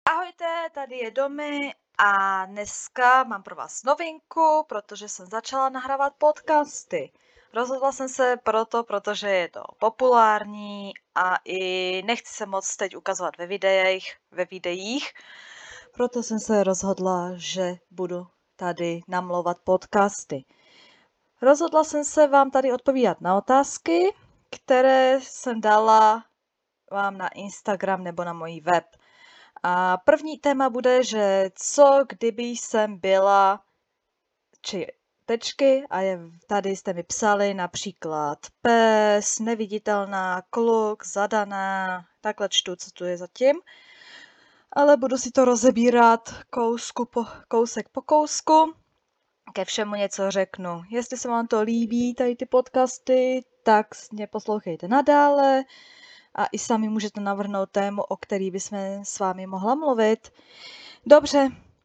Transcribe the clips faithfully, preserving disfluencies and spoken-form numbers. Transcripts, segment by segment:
Ahojte, tady je Domy a dneska mám pro vás novinku, protože jsem začala nahrávat podcasty. Rozhodla jsem se proto, protože je to populární a i nechci se moc teď ukazovat ve videích, ve videích. Proto jsem se rozhodla, že budu tady namlouvat podcasty. Rozhodla jsem se vám tady odpovídat na otázky, které jsem dala vám na Instagram nebo na můj web. A první téma bude, že co kdyby jsem byla, či tečky, a je, tady jste mi psali například pes, neviditelná, kluk, zadaná, takhle čtu, co tu je zatím. Ale budu si to rozebírat kousku po, kousek po kousku, ke všemu něco řeknu. Jestli se vám to líbí, tady ty podcasty, tak mě poslouchejte nadále. A i sami můžete navrhnout tému, o který bychom s vámi mohla mluvit. Dobře,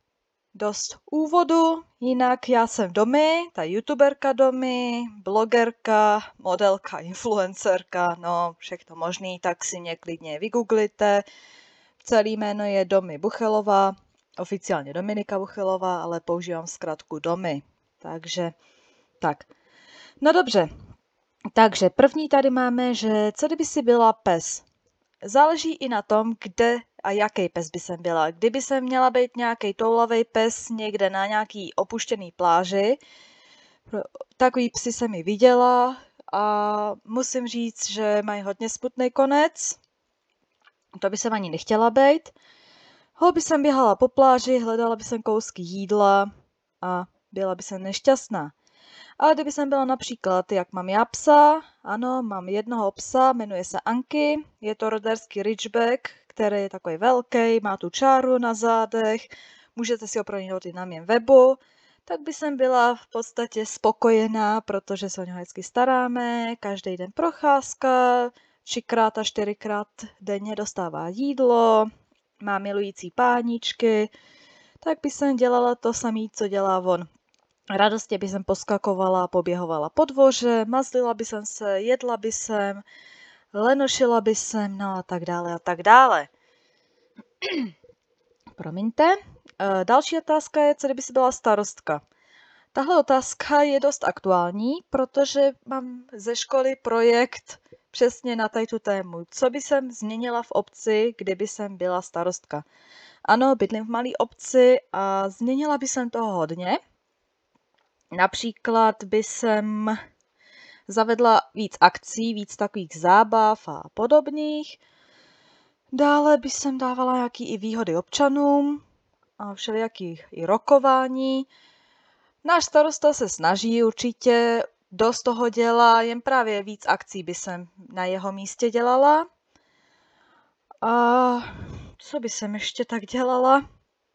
dost úvodu, jinak já jsem Domy, ta youtuberka Domy, blogerka, modelka, influencerka, no všechno možný, tak si mě klidně vygooglite. Celé jméno je Domy Buchelová, oficiálně Dominika Buchelová, ale používám zkratku Domy. Takže tak. No dobře. Takže první tady máme, že co kdyby si byla pes? Záleží i na tom, kde a jaký pes by jsem byla. Kdyby jsem měla být nějaký toulavý pes někde na nějaký opuštěný pláži, takový psy jsem i viděla a musím říct, že mají hodně smutný konec. To by jsem ani nechtěla být. Hol by jsem běhala po pláži, hledala by jsem kousky jídla a byla by jsem nešťastná. Ale kdyby jsem byla například, jak mám já psa, ano, mám jednoho psa, jmenuje se Anky, je to roderský ridgeback, který je takový velký, má tu čáru na zádech, můžete si ho proniknout i na mém webu, tak by jsem byla v podstatě spokojená, protože se o něho vždycky staráme, každý den procházka, třikrát a čtyřikrát denně dostává jídlo, má milující páničky, tak by jsem dělala to samé, co dělá on. Radostně by jsem poskakovala, poběhovala po dvoře, mazlila by jsem se, jedla by jsem, lenošila by jsem, no a tak dále a tak dále. Promiňte. Další otázka je, co kdyby si byla starostka. Tahle otázka je dost aktuální, protože mám ze školy projekt přesně na tady tu tému. Co by jsem změnila v obci, kdyby jsem byla starostka? Ano, bydlím v malé obci a změnila by jsem toho hodně. Například by jsem zavedla víc akcí, víc takových zábav a podobných. Dále by jsem dávala nějaký i výhody občanům a všelijaký i rokování. Náš starosta se snaží určitě, dost toho dělá, jen právě víc akcí by jsem na jeho místě dělala. A co by jsem ještě tak dělala?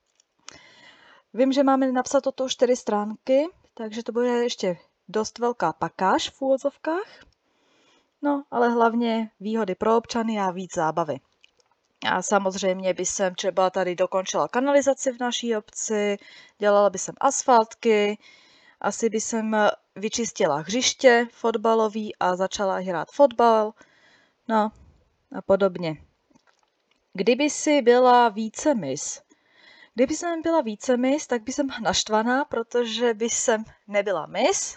Vím, že máme napsat toto čtyři stránky, takže to bude ještě dost velká pakáž v úvodzovkách. No, ale hlavně výhody pro občany a víc zábavy. A samozřejmě by jsem třeba tady dokončila kanalizaci v naší obci, dělala by jsem asfaltky, asi by jsem vyčistila hřiště fotbalový a začala hrát fotbal, no a podobně. Kdyby si byla více mis, Kdyby jsem byla více mis, tak by jsem naštvaná, protože by jsem nebyla mis.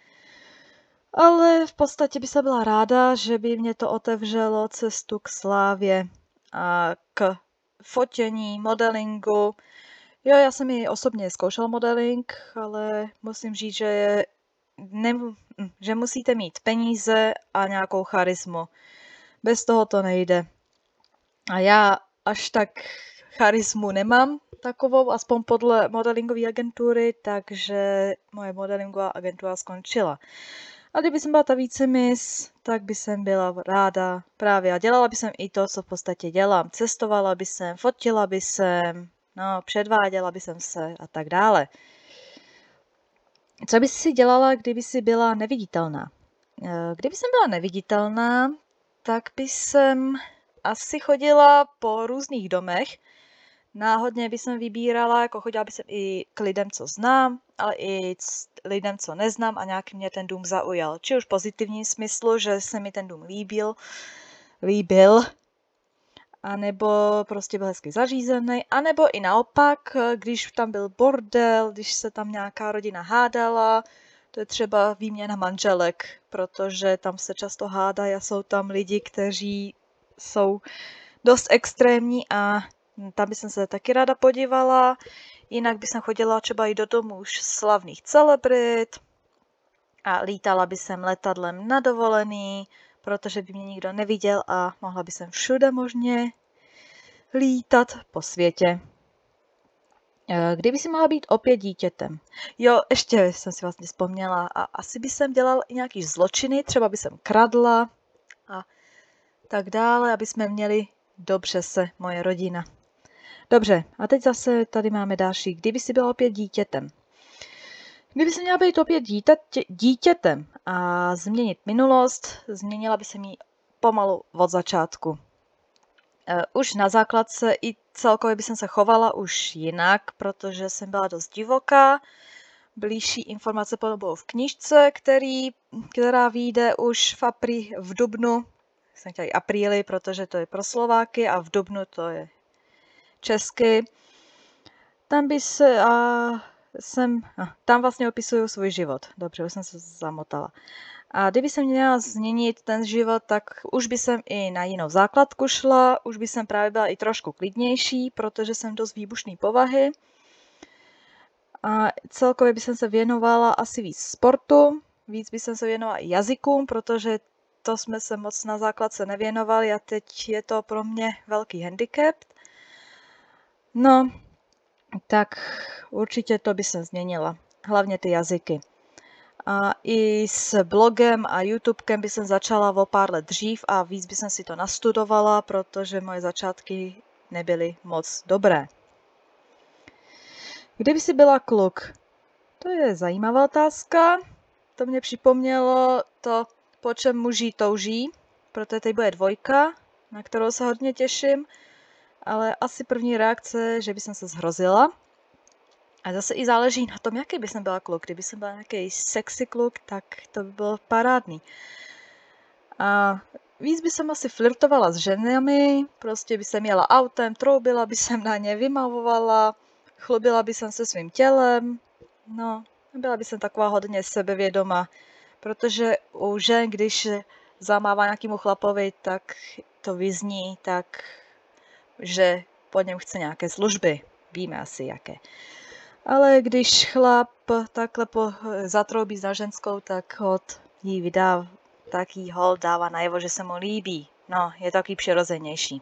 Ale v podstatě by jsem byla ráda, že by mě to otevřelo cestu k slávě a k fotění, modelingu. Jo, já jsem i osobně zkoušela modeling, ale musím říct, že, ne, že musíte mít peníze a nějakou charismu. Bez toho to nejde. A já až tak charismu nemám takovou, aspoň podle modelingové agentury, takže moje modelingová agentura skončila. A kdyby jsem byla ta více mis, tak by jsem byla ráda právě a dělala by jsem i to, co v podstatě dělám. Cestovala by jsem, fotila by jsem, no, předváděla by jsem se a tak dále. Co by si dělala, kdyby si byla neviditelná? Kdyby jsem byla neviditelná, tak by jsem asi chodila po různých domech. Náhodně by jsem vybírala, jako chodila by jsem i k lidem, co znám, ale i lidem, co neznám a nějak mě ten dům zaujal. Či už v pozitivním smyslu, že se mi ten dům líbil, líbil. anebo prostě byl hezky zařízený, anebo i naopak, když tam byl bordel, když se tam nějaká rodina hádala, to je třeba výměna manželek, protože tam se často hádají a jsou tam lidi, kteří jsou dost extrémní a tam bych se taky ráda podívala. Jinak bych chodila třeba i do domů už slavných celebrit a lítala by jsem letadlem na dovolený, protože by mě nikdo neviděl a mohla by jsem všude možně lítat po světě. Kdyby si mohla být opět dítětem. Jo, ještě jsem si vlastně vzpomněla a asi by jsem dělala i nějaký zločiny, třeba by jsem kradla a tak dále, aby jsme měli dobře se moje rodina. Dobře, a teď zase tady máme další. Kdyby si byla opět dítětem. Kdyby si měla být opět dítě, dítětem a změnit minulost, změnila by se mi pomalu od začátku. Už na základce i celkově by jsem se chovala už jinak, protože jsem byla dost divoká. Blížší informace budou v knížce, který, která vyjde už v, aprí, v dubnu. Jsem chtěla i apríli, protože to je pro Slováky a v dubnu to je česky. Tam by se... A, jsem, a, tam vlastně opisuju svůj život. Dobře, už jsem se zamotala. A kdyby jsem měla změnit ten život, tak už by jsem i na jinou základku šla, už by jsem právě byla i trošku klidnější, protože jsem dost výbušný povahy. A celkově by jsem se věnovala asi víc sportu, víc by jsem se věnovala i jazykům, protože to jsme se moc na základce nevěnovali a teď je to pro mě velký handicap. No, tak určitě to by jsem změnila, hlavně ty jazyky. A i s blogem a YouTubekem by jsem začala o pár let dřív a víc by jsem si to nastudovala, protože moje začátky nebyly moc dobré. Kdyby si byla kluk? To je zajímavá otázka. To mě připomnělo to, po čem muži touží, protože teď bude dvojka, na kterou se hodně těším, ale asi první reakce, že by jsem se zhrozila. A zase i záleží na tom, jaký by jsem byla kluk. Kdyby jsem byla nějaký sexy kluk, tak to by bylo parádný. A víc by jsem asi flirtovala s ženami, prostě by jsem jela autem, troubila by jsem na ně, vymavovala, chlubila by jsem se svým tělem. No, byla by jsem taková hodně sebevědomá, protože u žen, když zamává nějakému chlapovi, tak to vyzní tak, že po něm chce nějaké služby. Víme asi jaké. Ale když chlap takhle po, zatroubí za ženskou, tak hod jí vydá, tak jí hol dává najevo, že se mu líbí. No, je takový přirozenější.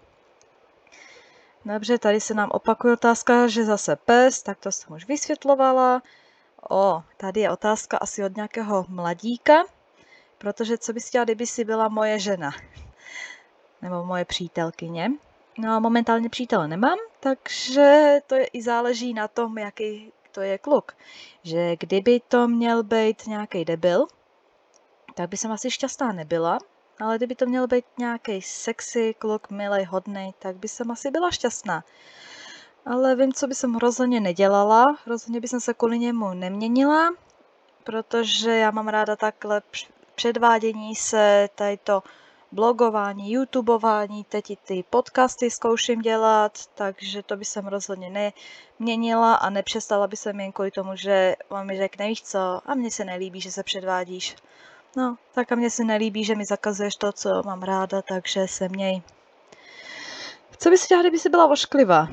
Dobře, tady se nám opakuje otázka, že zase pes, tak to jsem už vysvětlovala. O, tady je otázka asi od nějakého mladíka, protože co bys chtěla, kdyby si byla moje žena? Nebo moje přítelkyně. No a momentálně přítele nemám, takže to je, i záleží na tom, jaký to je kluk. Že kdyby to měl být nějaký debil, tak by jsem asi šťastná nebyla, ale kdyby to měl být nějaký sexy kluk, milej, hodnej, tak by jsem asi byla šťastná. Ale vím, co by jsem rozhodně nedělala, rozhodně by jsem se kvůli němu neměnila, protože já mám ráda takhle předvádění se, tady to blogování, youtubování, teď i ty podcasty zkouším dělat, takže to by jsem rozhodně neměnila a nepřestala by jsem jen kvůli tomu, že on mi řekne, víš co, a mně se nelíbí, že se předvádíš. No, tak a mně se nelíbí, že mi zakazuješ to, co mám ráda, takže se měj. Co bys chtěla, kdyby jsi byla ošklivá?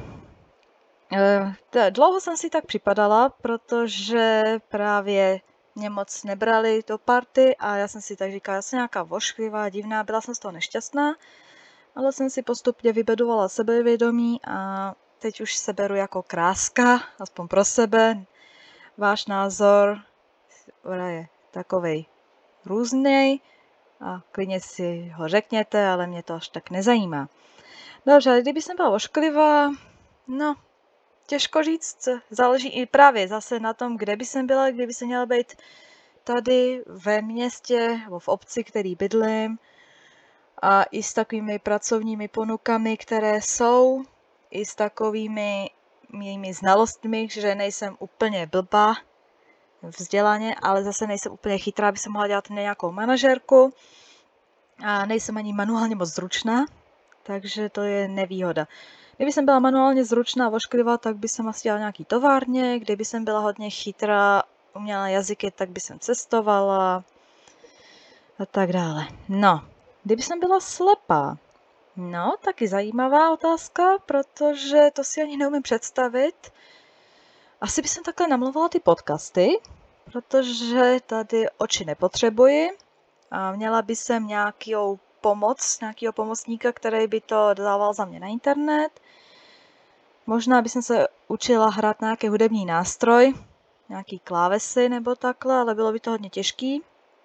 E, dlouho jsem si tak připadala, protože právě mě moc nebrali do party a já jsem si tak říkala, já jsem nějaká vošklivá, divná, byla jsem z toho nešťastná, ale jsem si postupně vybudovala sebevědomí a teď už se beru jako kráska, aspoň pro sebe. Váš názor je takovej různý a klidně si ho řekněte, ale mě to až tak nezajímá. Dobře, ale kdyby jsem byla ošklivá, no, těžko říct, záleží i právě zase na tom, kde by jsem byla, kdyby jsem měla být tady ve městě nebo v obci, který bydlím a i s takovými pracovními ponukami, které jsou, i s takovými mými znalostmi, že nejsem úplně blbá vzdělaně, ale zase nejsem úplně chytrá, aby jsem mohla dělat nějakou manažerku a nejsem ani manuálně moc zručná, takže to je nevýhoda. Kdyby jsem byla manuálně zručná a vošklivá, tak by jsem asi dělala nějaký továrně, kdyby jsem byla hodně chytrá, uměla jazyky, tak by jsem cestovala a tak dále. No, kdyby jsem byla slepá, no, taky zajímavá otázka, protože to si ani neumím představit. Asi bych jsem takhle namluvala ty podcasty, protože tady oči nepotřebuji a měla by jsem nějakou pomoc, nějakého pomocníka, který by to dával za mě na internet. Možná by jsem se učila hrát na nějaký hudební nástroj, nějaký klávesy nebo takhle, ale bylo by to hodně těžký.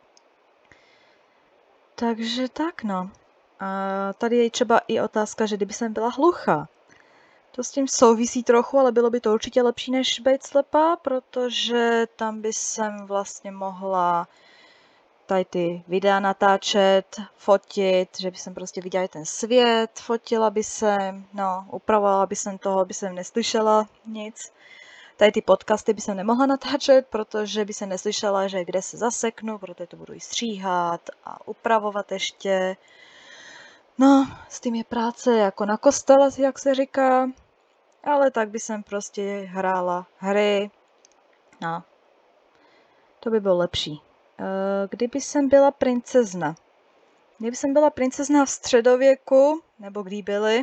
Takže tak no. A tady je třeba i otázka, že kdyby jsem byla hluchá. To s tím souvisí trochu, ale bylo by to určitě lepší, než být slepá, protože tam by jsem vlastně mohla tady ty videa natáčet, fotit, že by jsem prostě viděla ten svět, fotila by jsem, no, upravovala by jsem toho, by jsem neslyšela nic. Tady ty podcasty by jsem nemohla natáčet, protože by jsem neslyšela, že kde se zaseknu, protože to budu i stříhat a upravovat ještě. No, s tím je práce jako na kostele, jak se říká, ale tak by jsem prostě hrála hry, no, to by bylo lepší. Kdyby jsem byla princezna. Kdyby jsem byla princezna v středověku, nebo kdy byly,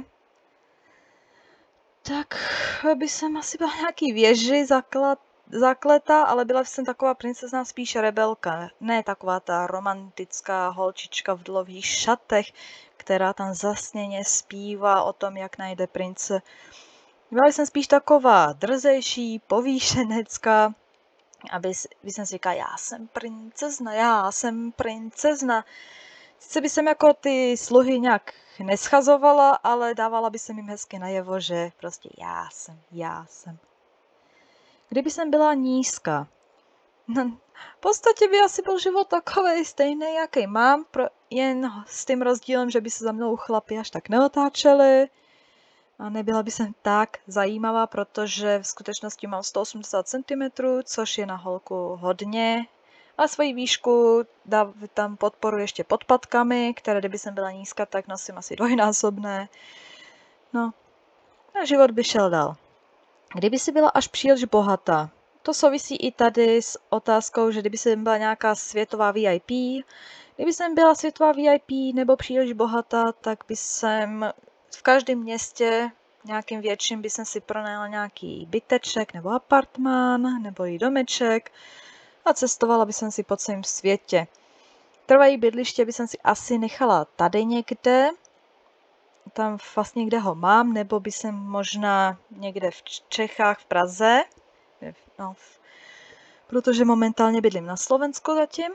tak by jsem asi byla nějaký věži zaklat, zakletá, ale byla jsem taková princezna spíš rebelka. Ne taková ta romantická holčička v dlouhých šatech, která tam zasněně zpívá o tom, jak najde prince. Byla jsem spíš taková drzejší, povýšenecká, aby, aby jsem si říkala, já jsem princezna, já jsem princezna. Sice by jsem jako ty sluhy nějak neschazovala, ale dávala by jsem jim hezky najevo, že prostě já jsem, já jsem. Kdyby jsem byla nízká, no, v podstatě by asi byl život takovej stejný, jaký mám, pro, jen s tím rozdílem, že by se za mnou chlapi až tak neotáčeli a nebyla by jsem tak zajímavá, protože v skutečnosti mám sto osmdesát centimetrů, což je na holku hodně. A svoji výšku dá tam podporu ještě pod patkami, které kdyby jsem byla nízká, tak nosím asi dvojnásobné. No, a život by šel dál. Kdyby si byla až příliš bohatá, to souvisí i tady s otázkou, že kdyby jsem byla nějaká světová V I P, kdyby jsem byla světová V I P nebo příliš bohatá, tak by jsem v každém městě nějakým větším by jsem si pronajala nějaký byteček nebo apartmán nebo i domeček a cestovala by jsem si po celém světě. Trvalé bydliště by jsem si asi nechala tady někde, tam vlastně kde ho mám, nebo by jsem možná někde v Čechách, v Praze, no, protože momentálně bydlím na Slovensku zatím.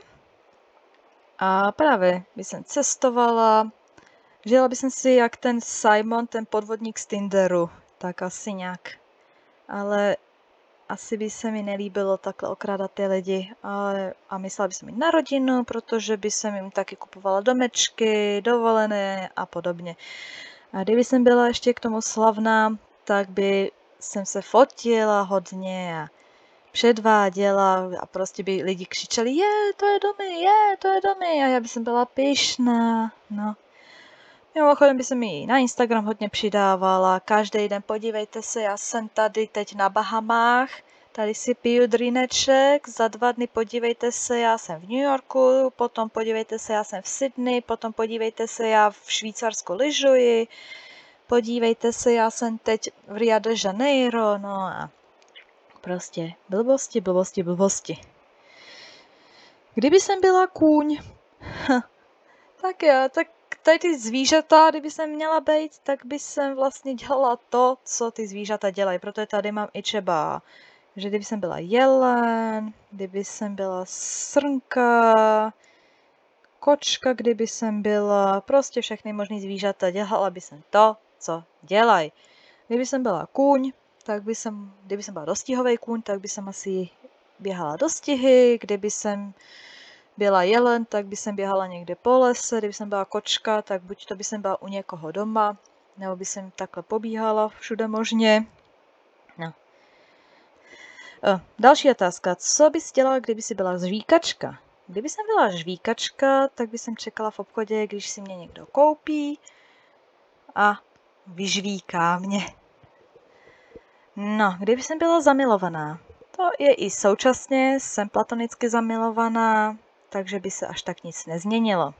A právě by jsem cestovala, žila by jsem si jak ten Simon, ten podvodník z Tinderu, tak asi nějak. Ale asi by se mi nelíbilo takhle okrádat ty lidi. Ale, a myslela by jsem i na rodinu, protože by jsem jim taky kupovala domečky, dovolené a podobně. A kdyby jsem byla ještě k tomu slavná, tak by jsem se fotila hodně a předváděla a prostě by lidi křičeli, je, to je domy, je, to je domy. A já by jsem byla pyšná, no. Mimochodem by se mi na Instagram hodně přidávala, každý den podívejte se, já jsem tady teď na Bahamách, tady si piju dríneček, za dva dny podívejte se, já jsem v New Yorku, potom podívejte se, já jsem v Sydney, potom podívejte se, já v Švýcarsku lyžuji, podívejte se, já jsem teď v Rio de Janeiro, no a prostě blbosti, blbosti, blbosti. Kdyby jsem byla kůň, tak já, tak tady ty zvířata, kdyby jsem měla být, tak by jsem vlastně dělala to, co ty zvířata dělají. Proto tady mám i třeba, že kdyby jsem byla jelen, kdyby jsem byla srnka, kočka, kdyby jsem byla, prostě všechny možný zvířata, dělala by jsem to, co dělají. Kdyby jsem byla kůň, tak by jsem, kdyby jsem byla dostihový kůň, tak by jsem asi běhala dostihy, kdyby jsem byla jelen, tak by jsem běhala někde po lese, kdyby jsem byla kočka, tak buď to by jsem byla u někoho doma, nebo by jsem takhle pobíhala všude možně. No. O, další otázka. Co bys dělala, kdyby jsi byla žvíkačka? Kdyby jsem byla žvíkačka, tak by jsem čekala v obchodě, když si mě někdo koupí a vyžvíká mě. No, kdyby jsem byla zamilovaná, to je i současně, jsem platonicky zamilovaná, takže by se až tak nic nezměnilo.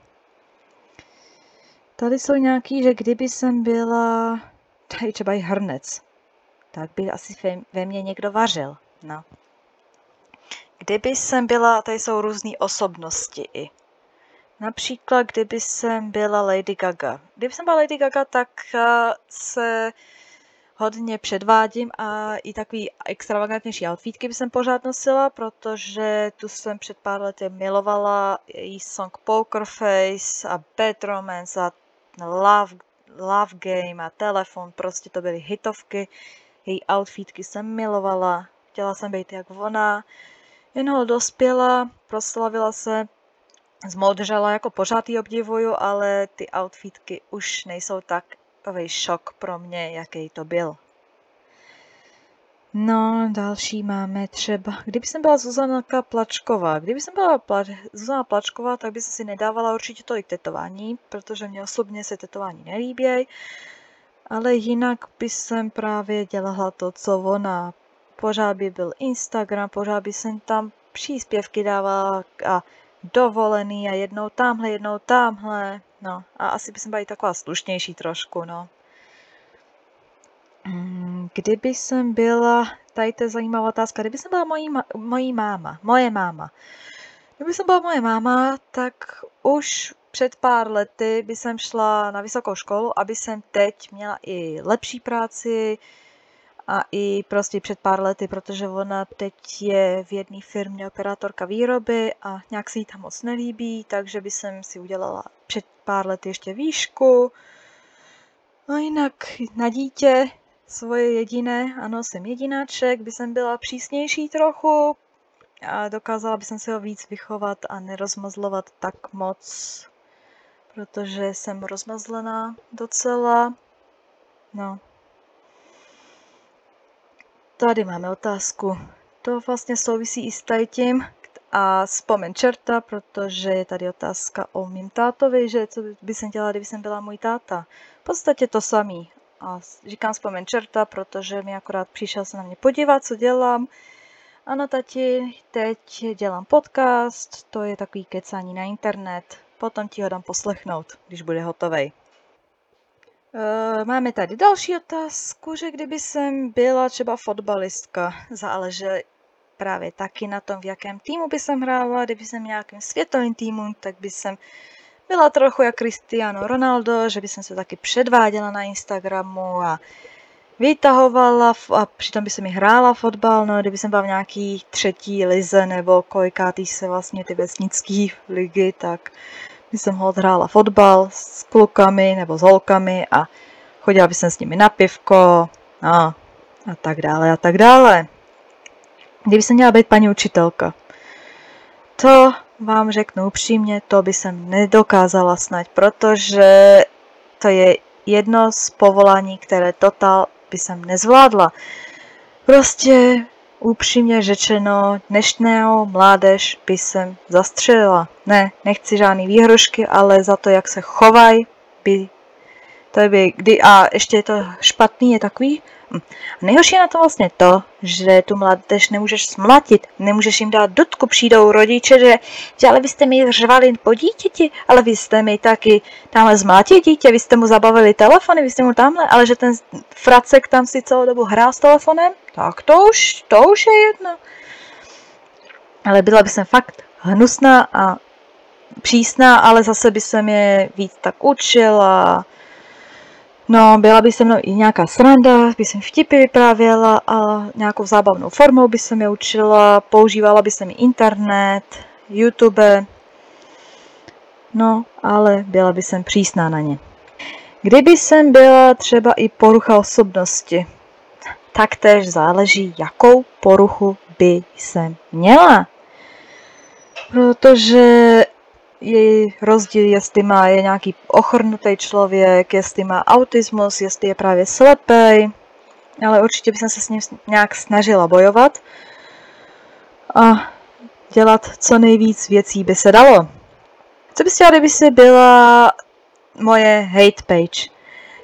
Tady jsou nějaký, že kdyby jsem byla, tady třeba i hrnec, tak by asi ve mně někdo vařil. No. Kdyby jsem byla, tady jsou různé osobnosti i. Například, kdyby jsem byla Lady Gaga. Kdyby jsem byla Lady Gaga, tak se hodně předvádím a i takový extravagantnější outfitky by jsem pořád nosila, protože tu jsem před pár lety milovala její song Poker Face a Bad Romance a Love, Love Game a Telefon, prostě to byly hitovky. Její outfitky jsem milovala, chtěla jsem být jak ona, jen dospěla, proslavila se, zmoudřela, jako pořád ji obdivuju, ale ty outfitky už nejsou takový šok pro mě, jaký to byl. No, další máme třeba, kdyby jsem byla Zuzanka Plačková. Kdyby jsem byla Pla- Zuzana Plačková, tak by se si nedávala určitě tolik tetování, protože mě osobně se tetování nelíbějí. Ale jinak by jsem právě dělala to, co ona. Pořád by byl Instagram, pořád by jsem tam příspěvky dávala a dovolený a jednou tamhle, jednou tamhle. No a asi by jsem byla i taková slušnější trošku, no. Kdyby jsem byla, tady to je zajímavá otázka, kdyby jsem byla mojí, mojí máma, moje máma. Kdyby jsem byla moje máma, tak už před pár lety by jsem šla na vysokou školu, aby jsem teď měla i lepší práci a i prostě před pár lety, protože ona teď je v jedné firmě operátorka výroby a nějak se jí tam moc nelíbí, takže by jsem si udělala před pár lety ještě výšku. No jinak na dítě svoje jediné, ano, jsem jedináček, by jsem byla přísnější trochu a dokázala by jsem se ho víc vychovat a nerozmazlovat tak moc, protože jsem rozmazlená docela. No. Tady máme otázku. To vlastně souvisí i s tím a vzpomeň čerta, protože je tady otázka o mým tátovi, že co by jsem dělala, kdyby jsem byla můj táta. V podstatě to samý. A říkám vzpomeň čerta, protože mi akorát přišel se na mě podívat, co dělám. Ano, tati, teď dělám podcast, to je takový kecání na internet, potom ti ho dám poslechnout, když bude hotovej. E, máme tady další otázku, že kdyby jsem byla třeba fotbalistka, záleží právě taky na tom, v jakém týmu by jsem hrála, kdyby jsem nějakým světovým týmu, tak by jsem byla trochu jak Cristiano Ronaldo, že by jsem se taky předváděla na Instagramu a vytahovala a přitom by se mi hrála fotbal, no kdyby jsem byla v nějaký třetí lize nebo kolikátý se vlastně ty vesnický ligy, tak by jsem ho odhrála fotbal s klukami nebo s holkami a chodila by jsem s nimi na pivko a, a tak dále a tak dále. Kdyby jsem měla být paní učitelka, to vám řeknu upřímně, to by jsem nedokázala snad, protože to je jedno z povolání, které totál by jsem nezvládla. Prostě upřímně řečeno, dnešného mládež by jsem zastřelila. Ne, nechci žádný výhrušky, ale za to, jak se chovají, by to by, kdy, a ještě je to špatný, je takový. Nejhorší je na to vlastně to, že tu mládež nemůžeš smlatit, nemůžeš jim dát dutku, přijdou rodiče, že, že ale vy jste mi řvali po dítěti, ale vy jste mi taky tamhle zmlátili dítě, vy jste mu zabavili telefony, vy jste mu tamhle, ale že ten fracek tam si celou dobu hrál s telefonem, tak to už, to už je jedno. Ale byla by jsem fakt hnusná a přísná, ale zase by se mě víc tak učila. No, byla by se mnou i nějaká sranda, by jsem vtipy vyprávěla a nějakou zábavnou formou by se mě učila, používala by se mi internet, YouTube, no, ale byla by jsem přísná na ně. Kdyby jsem byla třeba i porucha osobnosti, tak též záleží, jakou poruchu by jsem měla. Protože je rozdíl, jestli má je nějaký ochrnutý člověk, jestli má autismus, jestli je právě slepej, ale určitě bych se s ním nějak snažila bojovat a dělat co nejvíc věcí by se dalo. Co bys chtěla, kdyby si byla moje hate page?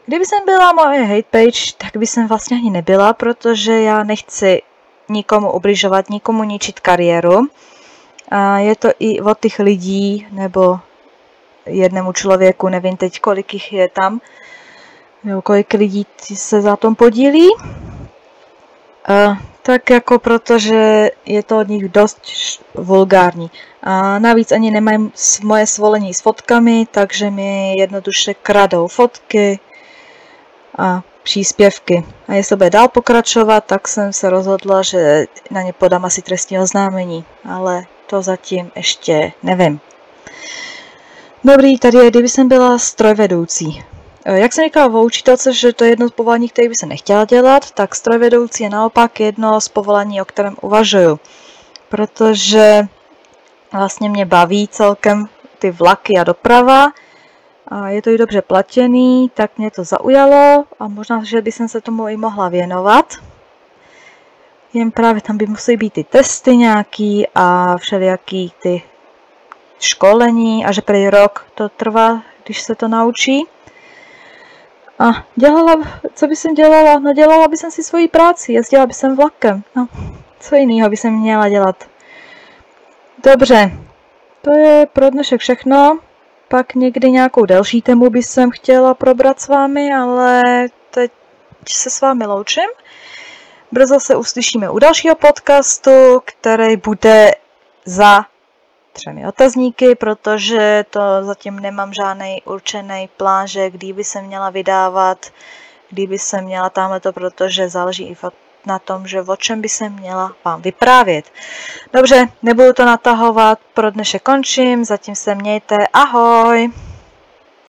Kdyby jsem byla moje hate page, tak by jsem vlastně ani nebyla, protože já nechci nikomu ubližovat, nikomu ničit kariéru. A je to i od těch lidí, nebo jednému člověku, nevím teď, kolik jich je tam, nebo kolik lidí se za tom podílí. Uh, tak jako protože je to od nich dost vulgární. A navíc ani nemají moje svolení s fotkami, takže mi jednoduše kradou fotky a příspěvky. A jestli bude dál pokračovat, tak jsem se rozhodla, že na ně podám asi trestní oznámení, ale to zatím ještě nevím. Dobrý, tady je, kdyby jsem byla strojvedoucí. Jak jsem říkala o učitelce, že to je jedno z povolání, které by se nechtěla dělat, tak strojvedoucí je naopak jedno z povolání, o kterém uvažuju. Protože vlastně mě baví celkem ty vlaky a doprava. A je to i dobře platěný, tak mě to zaujalo a možná, že by jsem se tomu i mohla věnovat. Jen právě tam by musely být ty testy nějaký a všelijaký ty školení a že prý rok to trvá, když se to naučí. A dělala, co by jsem dělala? No dělala by jsem si svoji práci, jezdila by jsem vlakem. No, co jiného by jsem měla dělat? Dobře, to je pro dnešek všechno. Pak někdy nějakou další tému by jsem chtěla probrat s vámi, ale teď se s vámi loučím. Brzo se uslyšíme u dalšího podcastu, který bude za třemi otazníky, protože to zatím nemám žádný určený plán, že kdy by se měla vydávat, kdy by se měla tamhleto, protože záleží i na tom, že o čem by se měla vám vyprávět. Dobře, nebudu to natahovat, pro dnešek končím, zatím se mějte, ahoj!